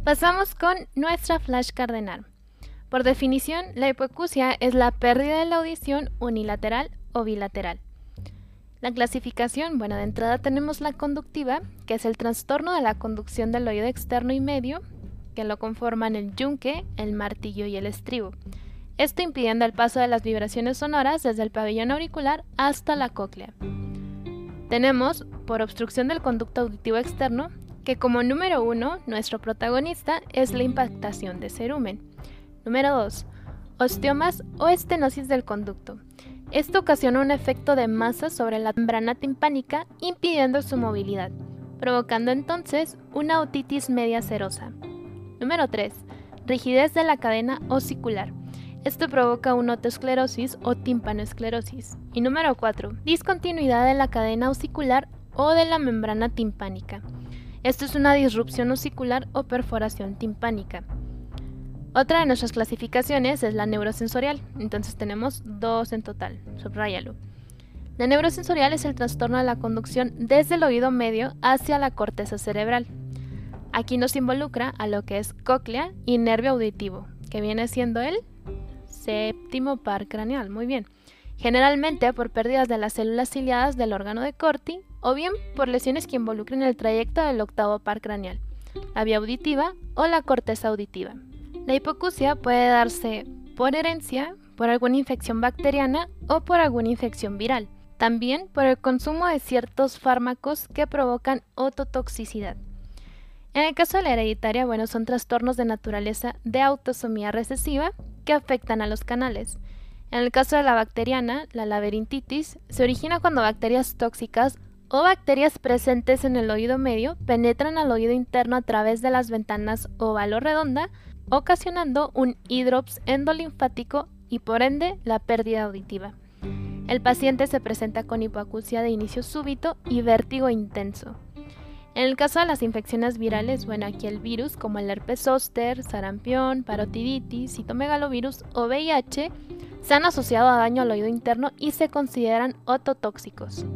Pasamos con nuestra flash cardenal. Por definición, la hipoacusia es la pérdida de la audición unilateral o bilateral. La clasificación, de entrada tenemos la conductiva, que es el trastorno de la conducción del oído externo y medio, que lo conforman el yunque, el martillo y el estribo. Esto impidiendo el paso de las vibraciones sonoras desde el pabellón auricular hasta la cóclea. Tenemos, por obstrucción del conducto auditivo externo, que como número 1, nuestro protagonista es la impactación de cerumen. Número 2, osteomas o estenosis del conducto. Esto ocasiona un efecto de masa sobre la membrana timpánica impidiendo su movilidad, provocando entonces una otitis media serosa. Número 3, rigidez de la cadena osicular. Esto provoca una otosclerosis o timpanoesclerosis. Y número 4, discontinuidad de la cadena osicular o de la membrana timpánica. Esto es una disrupción osicular o perforación timpánica. Otra de nuestras clasificaciones es la neurosensorial, entonces tenemos 2 en total, subráyalo. La neurosensorial es el trastorno de la conducción desde el oído medio hacia la corteza cerebral. Aquí nos involucra a lo que es cóclea y nervio auditivo, que viene siendo el séptimo par craneal, muy bien. Generalmente por pérdidas de las células ciliadas del órgano de Corti o bien por lesiones que involucren el trayecto del octavo par craneal, la vía auditiva o la corteza auditiva. La hipoacusia puede darse por herencia, por alguna infección bacteriana o por alguna infección viral. También por el consumo de ciertos fármacos que provocan ototoxicidad. En el caso de la hereditaria, son trastornos de naturaleza de autosomía recesiva que afectan a los canales. En el caso de la bacteriana, la laberintitis se origina cuando bacterias tóxicas o bacterias presentes en el oído medio penetran al oído interno a través de las ventanas oval o redonda, ocasionando un hidrops endolinfático y por ende la pérdida auditiva. El paciente se presenta con hipoacusia de inicio súbito y vértigo intenso. En el caso de las infecciones virales, aquí el virus como el herpes zóster, sarampión, parotiditis, citomegalovirus o VIH se han asociado a daño al oído interno y se consideran ototóxicos.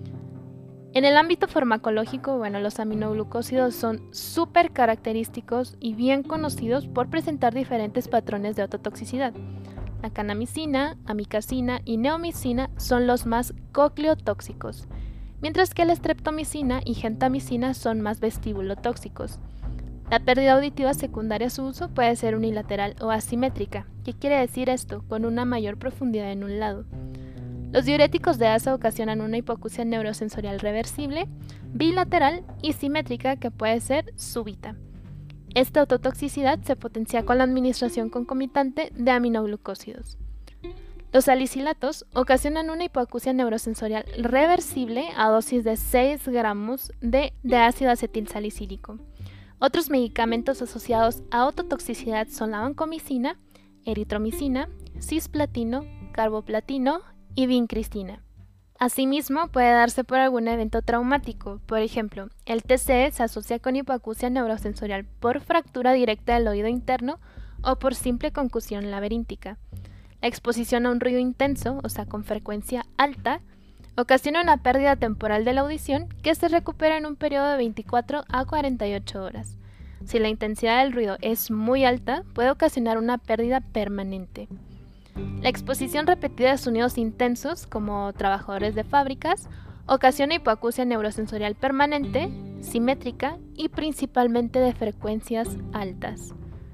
En el ámbito farmacológico, los aminoglucósidos son súper característicos y bien conocidos por presentar diferentes patrones de ototoxicidad. La kanamicina, amikacina y neomicina son los más cocleotóxicos, mientras que la streptomicina y gentamicina son más vestíbulotóxicos. La pérdida auditiva secundaria a su uso puede ser unilateral o asimétrica. ¿Qué quiere decir esto? Con una mayor profundidad en un lado. Los diuréticos de asa ocasionan una hipoacusia neurosensorial reversible, bilateral y simétrica que puede ser súbita. Esta ototoxicidad se potencia con la administración concomitante de aminoglucósidos. Los salicilatos ocasionan una hipoacusia neurosensorial reversible a dosis de 6 gramos de ácido acetilsalicílico. Otros medicamentos asociados a ototoxicidad son la vancomicina, eritromicina, cisplatino, carboplatino y vincristina. Asimismo, puede darse por algún evento traumático. Por ejemplo, el TC se asocia con hipoacusia neurosensorial por fractura directa del oído interno o por simple concusión laberíntica. La exposición a un ruido intenso, con frecuencia alta, ocasiona una pérdida temporal de la audición que se recupera en un periodo de 24 a 48 horas. Si la intensidad del ruido es muy alta, puede ocasionar una pérdida permanente. La exposición repetida a sonidos intensos, como trabajadores de fábricas, ocasiona hipoacusia neurosensorial permanente, simétrica y principalmente de frecuencias altas.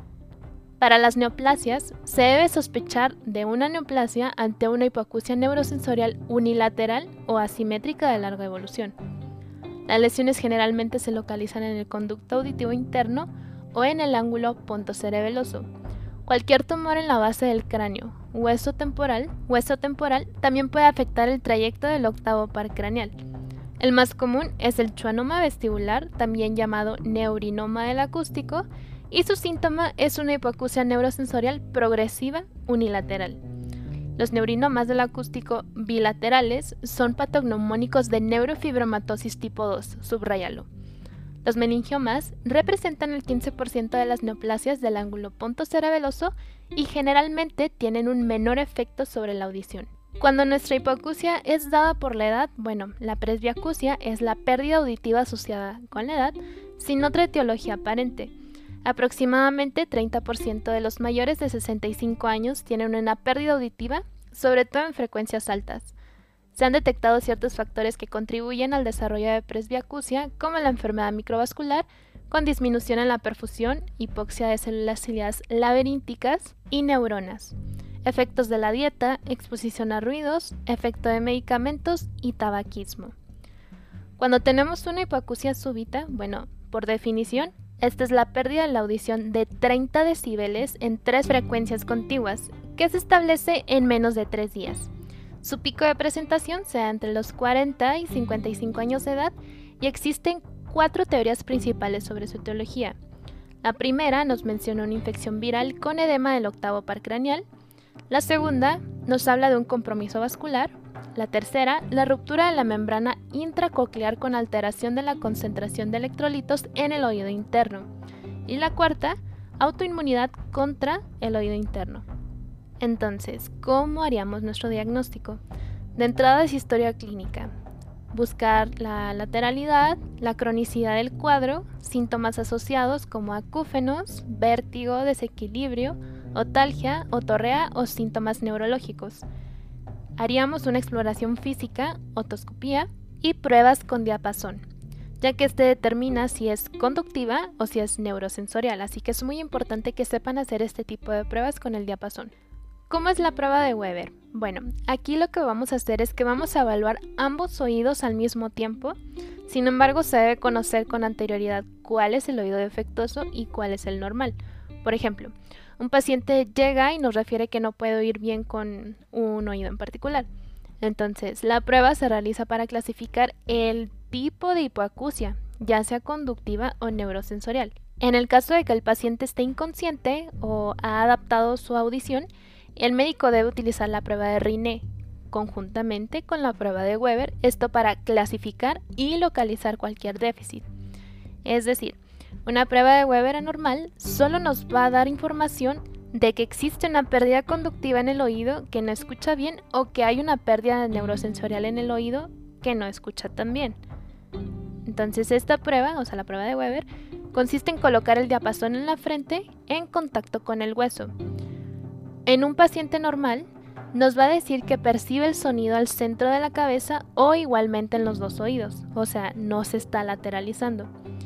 Para las neoplasias, se debe sospechar de una neoplasia ante una hipoacusia neurosensorial unilateral o asimétrica de larga evolución. Las lesiones generalmente se localizan en el conducto auditivo interno o en el ángulo pontocerebeloso. Cualquier tumor en la base del cráneo, hueso temporal, también puede afectar el trayecto del octavo par craneal. El más común es el schwannoma vestibular, también llamado neurinoma del acústico, y su síntoma es una hipoacusia neurosensorial progresiva unilateral. Los neurinomas del acústico bilaterales son patognomónicos de neurofibromatosis tipo 2, subráyalo. Los meningiomas representan el 15% de las neoplasias del ángulo pontocerebeloso y generalmente tienen un menor efecto sobre la audición. Cuando nuestra hipoacusia es dada por la edad, la presbiacusia es la pérdida auditiva asociada con la edad sin otra etiología aparente. Aproximadamente 30% de los mayores de 65 años tienen una pérdida auditiva, sobre todo en frecuencias altas. Se han detectado ciertos factores que contribuyen al desarrollo de presbiacusia, como la enfermedad microvascular, con disminución en la perfusión, hipoxia de células ciliadas laberínticas y neuronas, efectos de la dieta, exposición a ruidos, efecto de medicamentos y tabaquismo. Cuando tenemos una hipoacusia súbita, por definición, esta es la pérdida de la audición de 30 decibeles en 3 frecuencias contiguas, que se establece en menos de 3 días. Su pico de presentación se da entre los 40 y 55 años de edad y existen 4 teorías principales sobre su etiología. La primera nos menciona una infección viral con edema del octavo par craneal. La segunda nos habla de un compromiso vascular. La tercera, la ruptura de la membrana intracoclear con alteración de la concentración de electrolitos en el oído interno. Y la cuarta, autoinmunidad contra el oído interno. Entonces, ¿cómo haríamos nuestro diagnóstico? De entrada es historia clínica. Buscar la lateralidad, la cronicidad del cuadro, síntomas asociados como acúfenos, vértigo, desequilibrio, otalgia, otorrea o síntomas neurológicos. Haríamos una exploración física, otoscopía y pruebas con diapasón, ya que este determina si es conductiva o si es neurosensorial, así que es muy importante que sepan hacer este tipo de pruebas con el diapasón. ¿Cómo es la prueba de Weber? Aquí lo que vamos a hacer es que vamos a evaluar ambos oídos al mismo tiempo. Sin embargo, se debe conocer con anterioridad cuál es el oído defectuoso y cuál es el normal. Por ejemplo, un paciente llega y nos refiere que no puede oír bien con un oído en particular. Entonces, la prueba se realiza para clasificar el tipo de hipoacusia, ya sea conductiva o neurosensorial. En el caso de que el paciente esté inconsciente o ha adaptado su audición, el médico debe utilizar la prueba de Rinné conjuntamente con la prueba de Weber, esto para clasificar y localizar cualquier déficit. Es decir, una prueba de Weber anormal solo nos va a dar información de que existe una pérdida conductiva en el oído que no escucha bien o que hay una pérdida neurosensorial en el oído que no escucha tan bien. Entonces esta prueba, o sea la prueba de Weber, consiste en colocar el diapasón en la frente en contacto con el hueso. En un paciente normal, nos va a decir que percibe el sonido al centro de la cabeza o igualmente en los dos oídos, o sea, no se está lateralizando.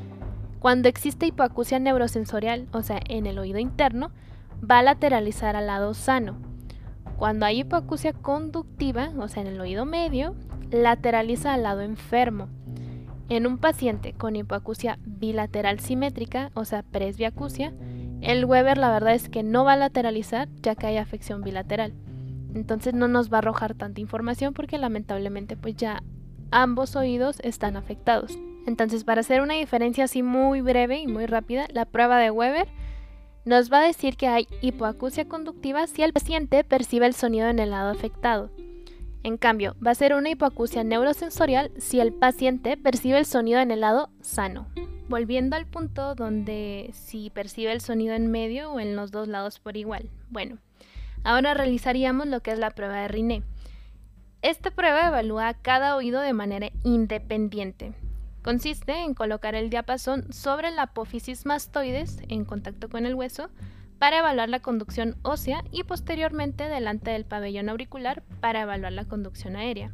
Cuando existe hipoacusia neurosensorial, o sea, en el oído interno, va a lateralizar al lado sano. Cuando hay hipoacusia conductiva, o sea, en el oído medio, lateraliza al lado enfermo. En un paciente con hipoacusia bilateral simétrica, o sea, presbiacusia, el Weber la verdad es que no va a lateralizar ya que hay afección bilateral. Entonces no nos va a arrojar tanta información porque lamentablemente pues ya ambos oídos están afectados. Entonces para hacer una diferencia así muy breve y muy rápida, la prueba de Weber nos va a decir que hay hipoacusia conductiva si el paciente percibe el sonido en el lado afectado. En cambio, va a ser una hipoacusia neurosensorial si el paciente percibe el sonido en el lado sano. Volviendo al punto donde si percibe el sonido en medio o en los dos lados por igual. Ahora realizaríamos lo que es la prueba de Rinné. Esta prueba evalúa cada oído de manera independiente. Consiste en colocar el diapasón sobre la apófisis mastoides en contacto con el hueso para evaluar la conducción ósea y posteriormente delante del pabellón auricular para evaluar la conducción aérea.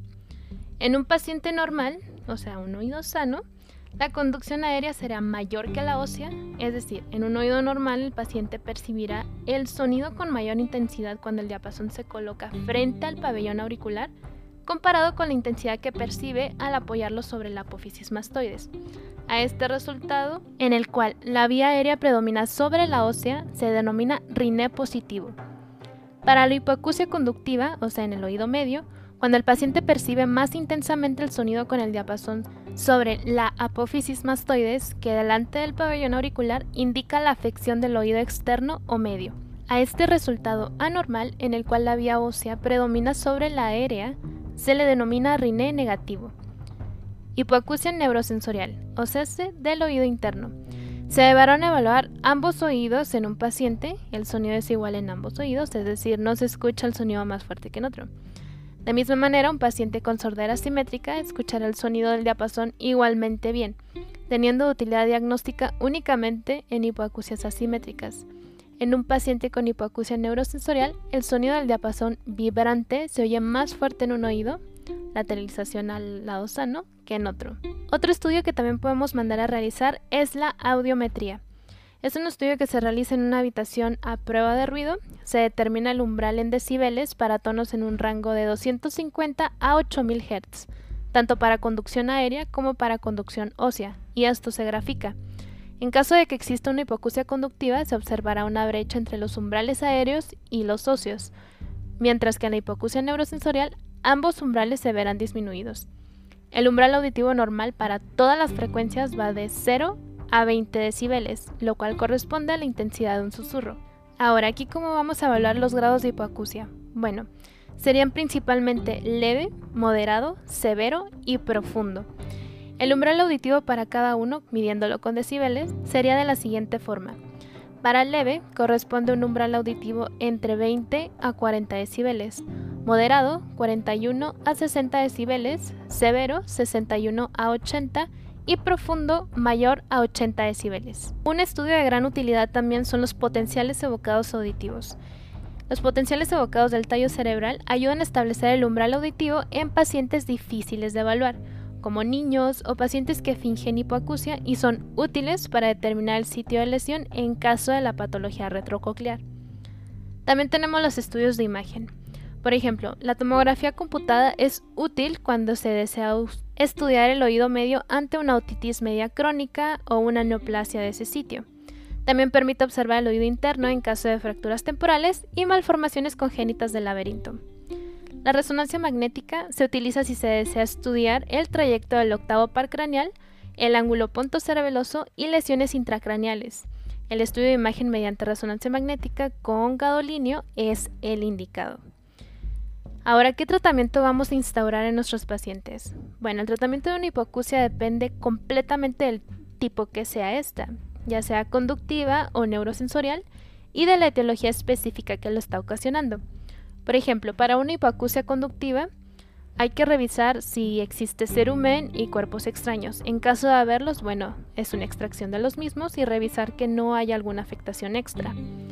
En un paciente normal, o sea un oído sano, la conducción aérea será mayor que la ósea, es decir, en un oído normal el paciente percibirá el sonido con mayor intensidad cuando el diapasón se coloca frente al pabellón auricular, comparado con la intensidad que percibe al apoyarlo sobre la apófisis mastoides. A este resultado, en el cual la vía aérea predomina sobre la ósea, se denomina Rinné positivo. Para la hipoacusia conductiva, o sea en el oído medio, cuando el paciente percibe más intensamente el sonido con el diapasón sobre la apófisis mastoides que delante del pabellón auricular, indica la afección del oído externo o medio. A este resultado anormal, en el cual la vía ósea predomina sobre la aérea, se le denomina Rinné negativo. Hipoacusia neurosensorial, o sea, del oído interno. Se deberán evaluar ambos oídos en un paciente, el sonido es igual en ambos oídos, es decir, no se escucha el sonido más fuerte que en otro. De misma manera, un paciente con sordera simétrica escuchará el sonido del diapasón igualmente bien. teniendo utilidad diagnóstica únicamente en hipoacusias asimétricas. En un paciente con hipoacusia neurosensorial, el sonido del diapasón vibrante se oye más fuerte en un oído, lateralización al lado sano, que en otro. Otro estudio que también podemos mandar a realizar es la audiometría. Es un estudio que se realiza en una habitación a prueba de ruido. Se determina el umbral en decibeles para tonos en un rango de 250 a 8000 Hz, tanto para conducción aérea como para conducción ósea, y esto se grafica. En caso de que exista una hipoacusia conductiva, se observará una brecha entre los umbrales aéreos y los óseos, mientras que en la hipoacusia neurosensorial ambos umbrales se verán disminuidos. El umbral auditivo normal para todas las frecuencias va de 0 a 20 decibeles, lo cual corresponde a la intensidad de un susurro. Ahora, aquí cómo vamos a evaluar los grados de hipoacusia. Bueno, serían principalmente leve, moderado, severo y profundo. El umbral auditivo para cada uno, midiéndolo con decibeles, sería de la siguiente forma. Para leve corresponde un umbral auditivo entre 20 a 40 decibeles, moderado 41 a 60 decibeles, severo 61 a 80 y profundo mayor a 80 decibeles. Un estudio de gran utilidad también son los potenciales evocados auditivos. Los potenciales evocados del tallo cerebral ayudan a establecer el umbral auditivo en pacientes difíciles de evaluar, como niños o pacientes que fingen hipoacusia, y son útiles para determinar el sitio de lesión en caso de la patología retrococlear. También tenemos los estudios de imagen. Por ejemplo, la tomografía computada es útil cuando se desea estudiar el oído medio ante una otitis media crónica o una neoplasia de ese sitio. También permite observar el oído interno en caso de fracturas temporales y malformaciones congénitas del laberinto. La resonancia magnética se utiliza si se desea estudiar el trayecto del octavo par craneal, el ángulo pontocerebeloso y lesiones intracraneales. El estudio de imagen mediante resonancia magnética con gadolinio es el indicado. Ahora, ¿qué tratamiento vamos a instaurar en nuestros pacientes? Bueno, el tratamiento de una hipoacusia depende completamente del tipo que sea esta, ya sea conductiva o neurosensorial, y de la etiología específica que lo está ocasionando. Por ejemplo, para una hipoacusia conductiva, hay que revisar si existe cerumen y cuerpos extraños. En caso de haberlos, bueno, es una extracción de los mismos y revisar que no haya alguna afectación extra.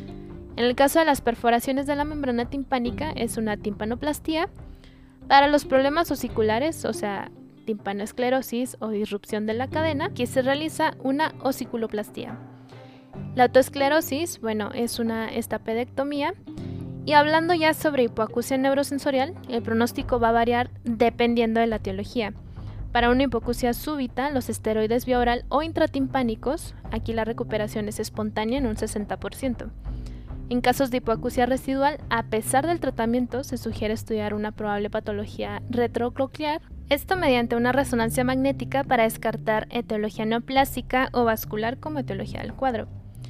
En el caso de las perforaciones de la membrana timpánica, es una timpanoplastía. Para los problemas osiculares, o sea, timpanoesclerosis o disrupción de la cadena, aquí se realiza una osiculoplastía. La autoesclerosis, bueno, es una estapedectomía. Y hablando ya sobre hipoacusia neurosensorial, el pronóstico va a variar dependiendo de la etiología. Para una hipoacusia súbita, los esteroides vía oral o intratimpánicos, aquí la recuperación es espontánea en un 60%. En casos de hipoacusia residual, a pesar del tratamiento, se sugiere estudiar una probable patología retrococlear, esto mediante una resonancia magnética para descartar etiología neoplásica o vascular como etiología del cuadro.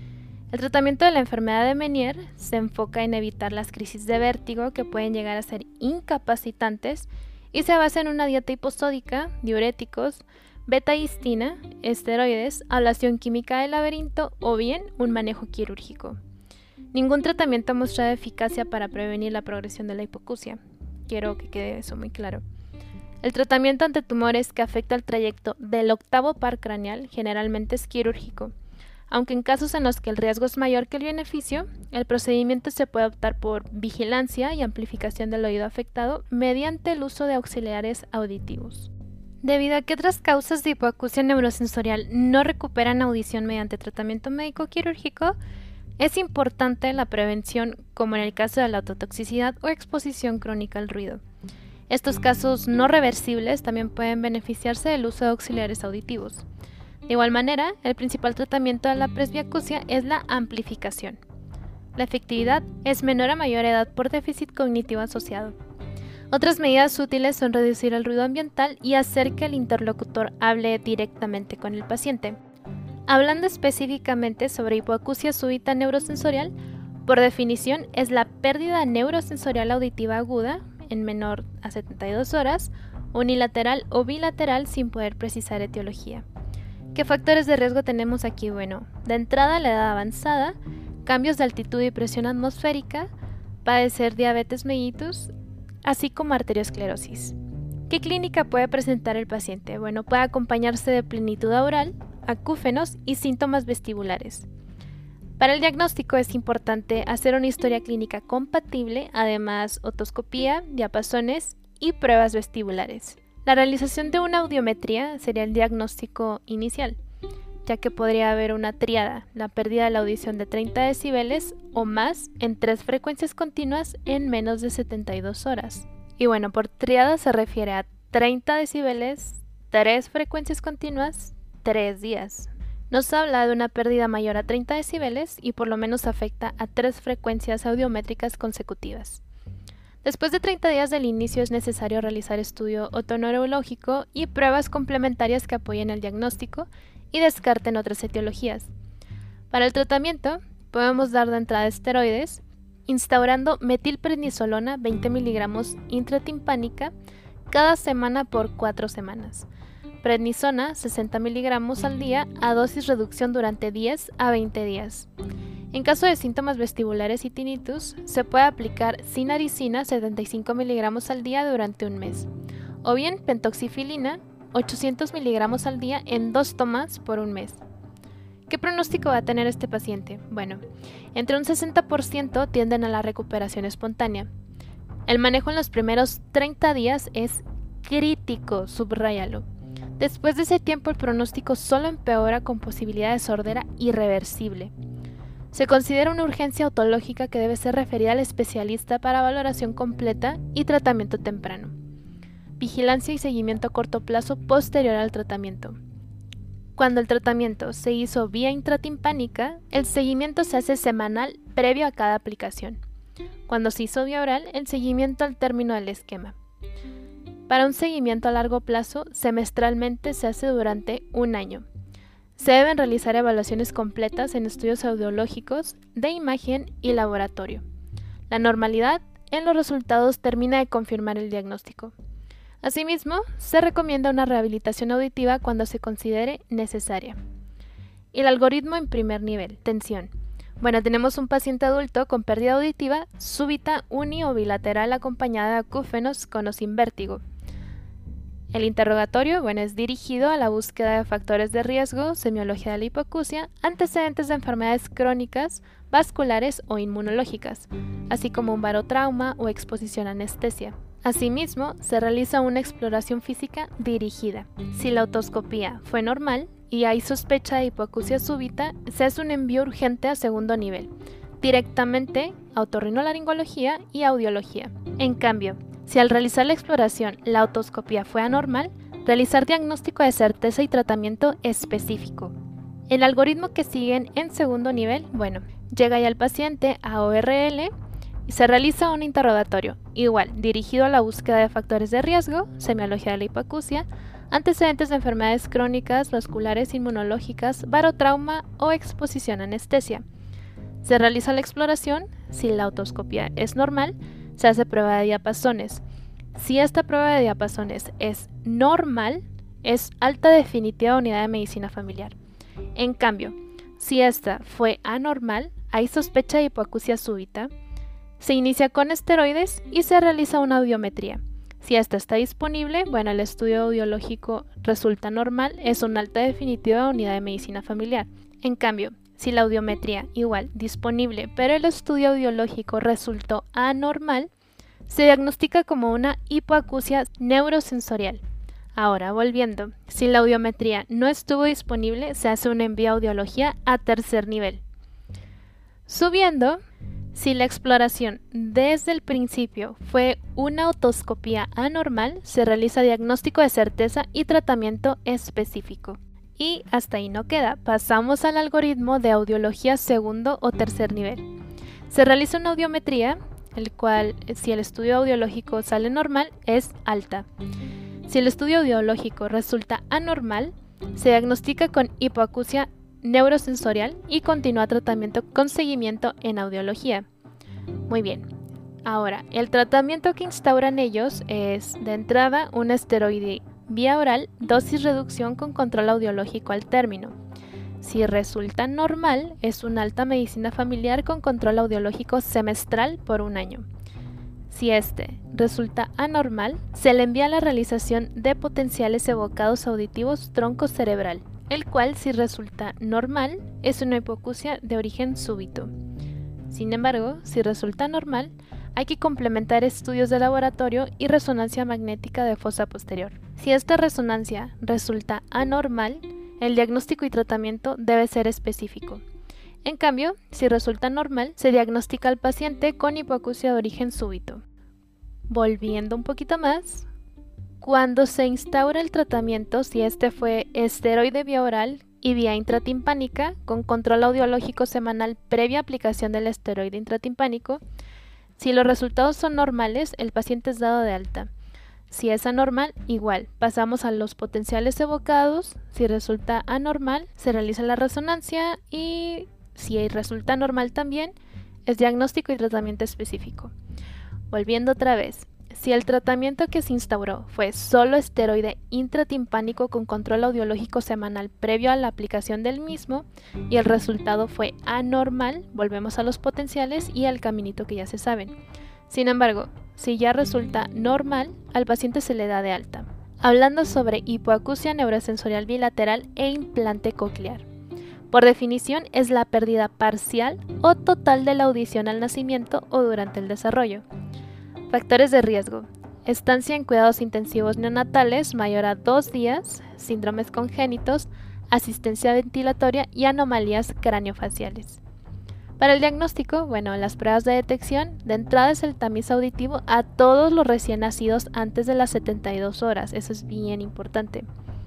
El tratamiento de la enfermedad de Meniere se enfoca en evitar las crisis de vértigo que pueden llegar a ser incapacitantes y se basa en una dieta hipostódica, diuréticos, beta-histina, esteroides, ablación química del laberinto o bien un manejo quirúrgico. Ningún tratamiento ha mostrado eficacia para prevenir la progresión de la hipoacusia. Quiero que quede eso muy claro. El tratamiento ante tumores que afecta el trayecto del octavo par craneal generalmente es quirúrgico. Aunque en casos en los que el riesgo es mayor que el beneficio, el procedimiento se puede optar por vigilancia y amplificación del oído afectado mediante el uso de auxiliares auditivos. Debido a que otras causas de hipoacusia neurosensorial no recuperan audición mediante tratamiento médico quirúrgico, es importante la prevención, como en el caso de la ototoxicidad o exposición crónica al ruido. Estos casos no reversibles también pueden beneficiarse del uso de auxiliares auditivos. De igual manera, el principal tratamiento de la presbiacusia es la amplificación. La efectividad es menor a mayor edad por déficit cognitivo asociado. Otras medidas útiles son reducir el ruido ambiental y hacer que el interlocutor hable directamente con el paciente. Hablando específicamente sobre hipoacusia súbita neurosensorial, por definición es la pérdida neurosensorial auditiva aguda, en menor a 72 horas, unilateral o bilateral sin poder precisar etiología. ¿Qué factores de riesgo tenemos aquí? Bueno, de entrada la edad avanzada, cambios de altitud y presión atmosférica, padecer diabetes mellitus, así como arteriosclerosis. ¿Qué clínica puede presentar el paciente? Bueno, puede acompañarse de plenitud oral, acúfenos y síntomas vestibulares. Para el diagnóstico es importante hacer una historia clínica compatible, además otoscopía, diapasones y pruebas vestibulares. La realización de una audiometría sería el diagnóstico inicial, ya que podría haber una tríada, la pérdida de la audición de 30 decibeles o más en 3 frecuencias continuas en menos de 72 horas. Y bueno, por tríada se refiere a 30 decibeles, 3 frecuencias continuas, 3 días. Nos habla de una pérdida mayor a 30 decibeles y por lo menos afecta a 3 frecuencias audiométricas consecutivas. Después de 30 días del inicio es necesario realizar estudio otoneurológico y pruebas complementarias que apoyen el diagnóstico y descarten otras etiologías. Para el tratamiento podemos dar de entrada esteroides, instaurando metilprednisolona 20 mg intratimpánica cada semana por 4 semanas. Prednisona 60 mg al día a dosis reducción durante 10 a 20 días. En caso de síntomas vestibulares y tinnitus, se puede aplicar cinaricina 75 mg al día durante un mes, o bien pentoxifilina 800 mg al día en 2 tomas por un mes. ¿Qué pronóstico va a tener este paciente? Bueno, entre un 60% tienden a la recuperación espontánea. El manejo en los primeros 30 días es crítico, subráyalo. Después de ese tiempo el pronóstico solo empeora con posibilidad de sordera irreversible. Se considera una urgencia otológica que debe ser referida al especialista para valoración completa y tratamiento temprano. Vigilancia y seguimiento a corto plazo posterior al tratamiento. Cuando el tratamiento se hizo vía intratimpánica, el seguimiento se hace semanal previo a cada aplicación. Cuando se hizo vía oral, el seguimiento al término del esquema. Para un seguimiento a largo plazo, semestralmente se hace durante un año. Se deben realizar evaluaciones completas en estudios audiológicos, de imagen y laboratorio. La normalidad en los resultados termina de confirmar el diagnóstico. Asimismo, se recomienda una rehabilitación auditiva cuando se considere necesaria. El algoritmo en primer nivel, tensión. Bueno, tenemos un paciente adulto con pérdida auditiva súbita uni o bilateral acompañada de acúfenos con o sin vértigo. El interrogatorio, es dirigido a la búsqueda de factores de riesgo, semiología de la hipoacusia, antecedentes de enfermedades crónicas, vasculares o inmunológicas, así como un barotrauma o exposición a anestesia. Asimismo, se realiza una exploración física dirigida. Si la otoscopía fue normal y hay sospecha de hipoacusia súbita, se hace un envío urgente a segundo nivel, directamente a otorrinolaringología y audiología. En cambio, si al realizar la exploración la otoscopía fue anormal, realizar diagnóstico de certeza y tratamiento específico. El algoritmo que siguen en segundo nivel, llega ya el paciente a ORL y se realiza un interrogatorio, igual, dirigido a la búsqueda de factores de riesgo, semiología de la hipoacusia, antecedentes de enfermedades crónicas, vasculares, inmunológicas, barotrauma o exposición a anestesia. Se realiza la exploración, si la otoscopía es normal, se hace prueba de diapasones. Si esta prueba de diapasones es normal, es alta definitiva unidad de medicina familiar. En cambio, si esta fue anormal, hay sospecha de hipoacusia súbita, se inicia con esteroides y se realiza una audiometría. Si esta está disponible, el estudio audiológico resulta normal, es una alta definitiva unidad de medicina familiar. En cambio, si la audiometría igual disponible, pero el estudio audiológico resultó anormal, se diagnostica como una hipoacusia neurosensorial. Ahora, volviendo, si la audiometría no estuvo disponible, se hace un envío a audiología a tercer nivel. Subiendo, si la exploración desde el principio fue una otoscopía anormal, se realiza diagnóstico de certeza y tratamiento específico. Y hasta ahí no queda, pasamos al algoritmo de audiología segundo o tercer nivel. Se realiza una audiometría, el cual, si el estudio audiológico sale normal, es alta. Si el estudio audiológico resulta anormal, se diagnostica con hipoacusia neurosensorial y continúa tratamiento con seguimiento en audiología. Muy bien. Ahora, el tratamiento que instauran ellos es, de entrada, un esteroide vía oral, dosis reducción con control audiológico al término. Si resulta normal, es una alta medicina familiar con control audiológico semestral por un año. Si este resulta anormal, se le envía a la realización de potenciales evocados auditivos tronco cerebral. el cual, si resulta normal, es una hipoacusia de origen súbito. Sin embargo, si resulta normal, hay que complementar estudios de laboratorio y resonancia magnética de fosa posterior. Si esta resonancia resulta anormal, el diagnóstico y tratamiento debe ser específico. En cambio, si resulta normal, se diagnostica al paciente con hipoacusia de origen súbito. Volviendo un poquito más, cuando se instaura el tratamiento, si este fue esteroide vía oral y vía intratimpánica, con control audiológico semanal previa aplicación del esteroide intratimpánico, si los resultados son normales, el paciente es dado de alta. Si es anormal, igual, pasamos a los potenciales evocados. Si resulta anormal, se realiza la resonancia y si resulta normal también, es diagnóstico y tratamiento específico. Volviendo otra vez, si el tratamiento que se instauró fue solo esteroide intratimpánico con control audiológico semanal previo a la aplicación del mismo y el resultado fue anormal, volvemos a los potenciales y al caminito que ya se saben. Sin embargo, si ya resulta normal, al paciente se le da de alta. Hablando sobre hipoacusia neurosensorial bilateral e implante coclear. Por definición, es la pérdida parcial o total de la audición al nacimiento o durante el desarrollo. Factores de riesgo: estancia en cuidados intensivos neonatales mayor a 2 días, síndromes congénitos, asistencia ventilatoria y anomalías craneofaciales. Para el diagnóstico, las pruebas de detección, de entrada es el tamiz auditivo a todos los recién nacidos antes de las 72 horas, eso es bien importante.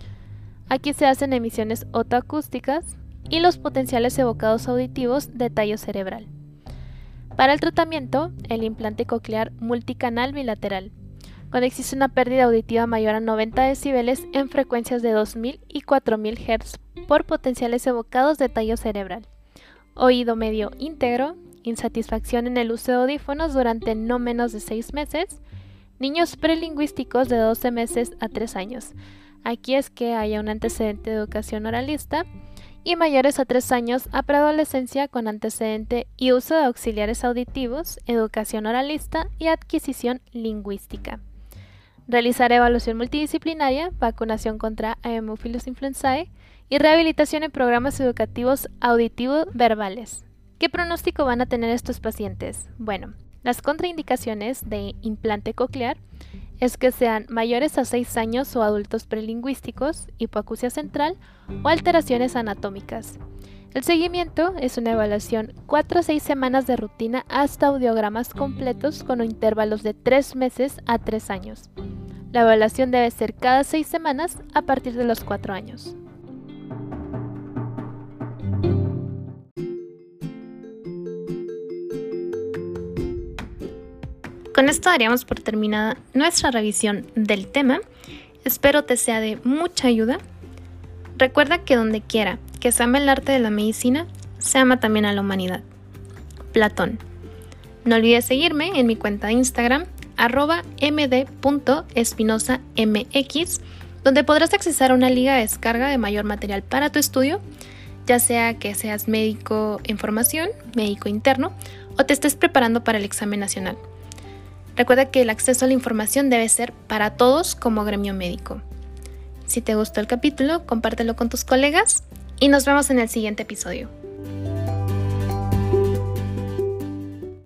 Aquí se hacen emisiones otoacústicas y los potenciales evocados auditivos de tallo cerebral. Para el tratamiento, el implante coclear multicanal bilateral, cuando existe una pérdida auditiva mayor a 90 decibeles en frecuencias de 2000 y 4000 Hz por potenciales evocados de tallo cerebral. Oído medio íntegro, insatisfacción en el uso de audífonos durante no menos de 6 meses, niños prelingüísticos de 12 meses a 3 años. Aquí es que haya un antecedente de educación oralista, y mayores a 3 años a preadolescencia con antecedente y uso de auxiliares auditivos, educación oralista y adquisición lingüística. Realizar evaluación multidisciplinaria, vacunación contra Haemophilus influenzae y rehabilitación en programas educativos auditivo-verbales. ¿Qué pronóstico van a tener estos pacientes? Las contraindicaciones de implante coclear es que sean mayores a 6 años o adultos prelingüísticos, hipoacusia central o alteraciones anatómicas. El seguimiento es una evaluación 4 a 6 semanas de rutina hasta audiogramas completos con intervalos de 3 meses a 3 años. La evaluación debe ser cada 6 semanas a partir de los 4 años. Con esto daríamos por terminada nuestra revisión del tema. Espero te sea de mucha ayuda. Recuerda que donde quiera que se ame el arte de la medicina, se ama también a la humanidad. Platón. No olvides seguirme en mi cuenta de Instagram, @md.espinosamx, donde podrás accesar a una liga de descarga de mayor material para tu estudio, ya sea que seas médico en formación, médico interno, o te estés preparando para el examen nacional. Recuerda que el acceso a la información debe ser para todos como gremio médico. Si te gustó el capítulo, compártelo con tus colegas y nos vemos en el siguiente episodio.